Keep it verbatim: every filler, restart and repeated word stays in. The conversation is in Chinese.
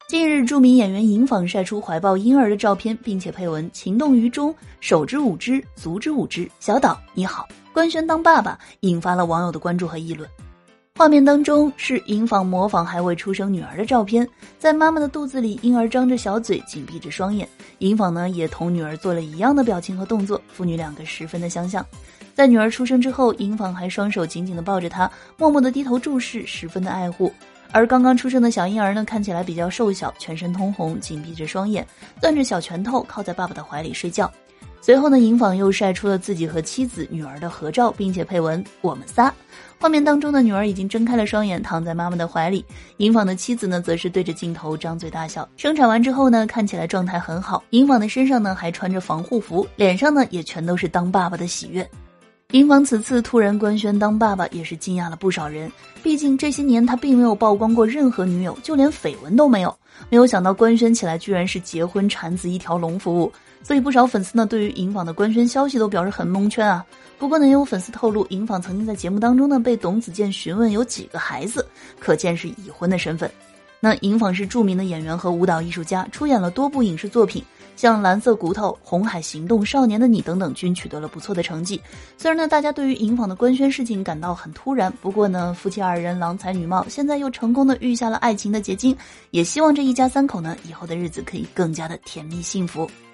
近日，著名演员尹昉晒出怀抱婴儿的照片，并且配文“情动于中，手之舞之，足之舞之”。小岛你好，官宣当爸爸，引发了网友的关注和议论。画面当中是尹昉模仿还未出生女儿的照片，在妈妈的肚子里，婴儿张着小嘴，紧闭着双眼。尹昉呢也同女儿做了一样的表情和动作，父女两个十分的相像。在女儿出生之后，尹昉还双手紧紧地抱着她，默默地低头注视，十分的爱护。而刚刚出生的小婴儿呢，看起来比较瘦小，全身通红，紧闭着双眼，攥着小拳头，靠在爸爸的怀里睡觉。随后呢，尹昉又晒出了自己和妻子、女儿的合照，并且配文“我们仨”。画面当中的女儿已经睁开了双眼，躺在妈妈的怀里。尹昉的妻子呢，则是对着镜头张嘴大笑。生产完之后呢，看起来状态很好。尹昉的身上呢还穿着防护服，脸上呢也全都是当爸爸的喜悦。尹昉此次突然官宣当爸爸，也是惊讶了不少人。毕竟这些年他并没有曝光过任何女友，就连绯闻都没有。没有想到官宣起来居然是结婚产子一条龙服务，所以不少粉丝呢对于尹昉的官宣消息都表示很蒙圈啊。不过呢，也有粉丝透露，尹昉曾经在节目当中呢被董子健询问有几个孩子，可见是已婚的身份。那尹昉是著名的演员和舞蹈艺术家，出演了多部影视作品，像《蓝色骨头》《红海行动》《少年的你》等等，均取得了不错的成绩。虽然呢，大家对于尹昉的官宣事情感到很突然，不过呢，夫妻二人郎才女貌，现在又成功的遇下了爱情的结晶，也希望这一家三口呢，以后的日子可以更加的甜蜜幸福。